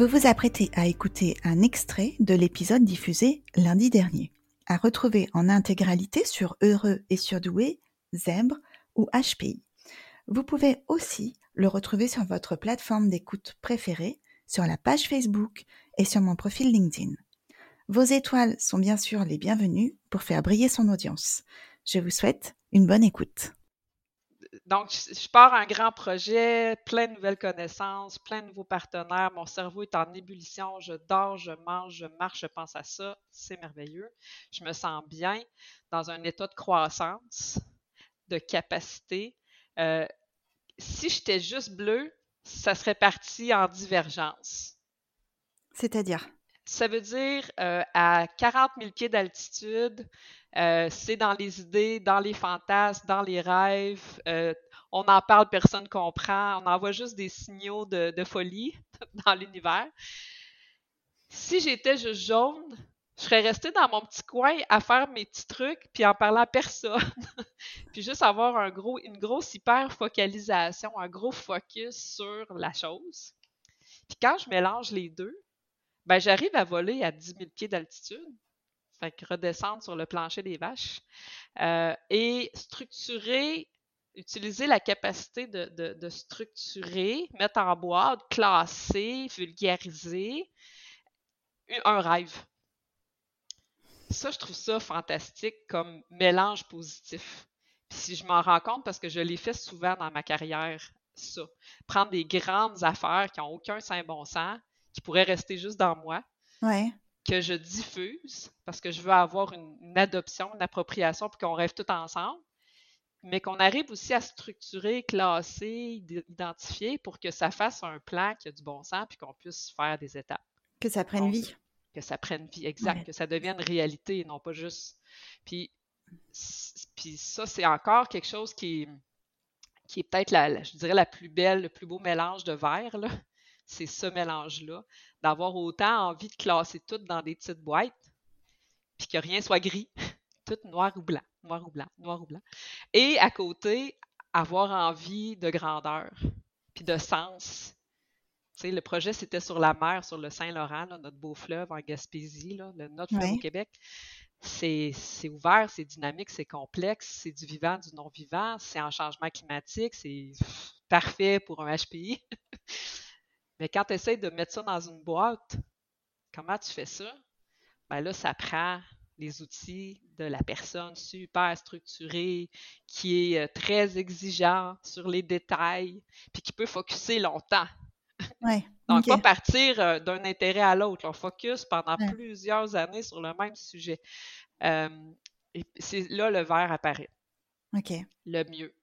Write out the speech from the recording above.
Vous vous apprêtez à écouter un extrait de l'épisode diffusé lundi dernier, à retrouver en intégralité sur Heureux et Surdoué, Zèbre ou HPI. Vous pouvez aussi le retrouver sur votre plateforme d'écoute préférée, sur la page Facebook et sur mon profil LinkedIn. Vos étoiles sont bien sûr les bienvenues pour faire briller son audience. Je vous souhaite une bonne écoute. Donc, je pars un grand projet, plein de nouvelles connaissances, plein de nouveaux partenaires. Mon cerveau est en ébullition. Je dors, je mange, je marche, je pense à ça. C'est merveilleux. Je me sens bien dans un état de croissance, de capacité. Si j'étais juste bleu, ça serait parti en divergence. C'est-à-dire? Ça veut dire à 40 000 pieds d'altitude, c'est dans les idées, dans les fantasmes, dans les rêves. On en parle, personne ne comprend. On envoie juste des signaux de folie dans l'univers. Si j'étais juste jaune, je serais restée dans mon petit coin à faire mes petits trucs puis en parlant à personne. Puis juste avoir une grosse hyper focalisation, un gros focus sur la chose. Puis quand je mélange les deux, ben, j'arrive à voler à 10 000 pieds d'altitude, fait que redescendre sur le plancher des vaches, et structurer, utiliser la capacité de structurer, mettre en boîte, classer, vulgariser un rêve. Ça, je trouve ça fantastique comme mélange positif. Puis si je m'en rends compte, parce que je l'ai fait souvent dans ma carrière, ça. Prendre des grandes affaires qui n'ont aucun saint bon sens, qui pourraient rester juste dans moi, Ouais. que je diffuse parce que je veux avoir une adoption, une appropriation pour qu'on rêve tout ensemble, mais qu'on arrive aussi à structurer, classer, identifier pour que ça fasse un plan qui a du bon sens puis qu'on puisse faire des étapes. Que ça prenne Donc, vie. que ça prenne vie, exact, Ouais. que ça devienne réalité et non pas juste. Puis, puis ça, c'est encore quelque chose qui est peut-être, je dirais, la plus belle, le plus beau mélange de verre, là. C'est ce mélange-là, d'avoir autant envie de classer tout dans des petites boîtes, puis que rien soit gris, tout noir ou blanc, noir ou blanc, noir ou blanc. Et à côté, avoir envie de grandeur, puis de sens. Tu sais, le projet, c'était sur la mer, sur le Saint-Laurent, là, notre beau fleuve en Gaspésie, là, notre fleuve au Ouais. Québec. C'est ouvert, c'est dynamique, c'est complexe, c'est du vivant, du non-vivant, c'est en changement climatique, c'est parfait pour un HPI. Mais quand tu essaies de mettre ça dans une boîte, comment tu fais ça? Ben là, ça prend les outils de la personne super structurée, qui est très exigeant sur les détails, puis qui peut focuser longtemps. Ouais. Donc, pas Ok. partir d'un intérêt à l'autre. On focus pendant Ouais. plusieurs années sur le même sujet. Et c'est là le vert apparaît Ok. le mieux.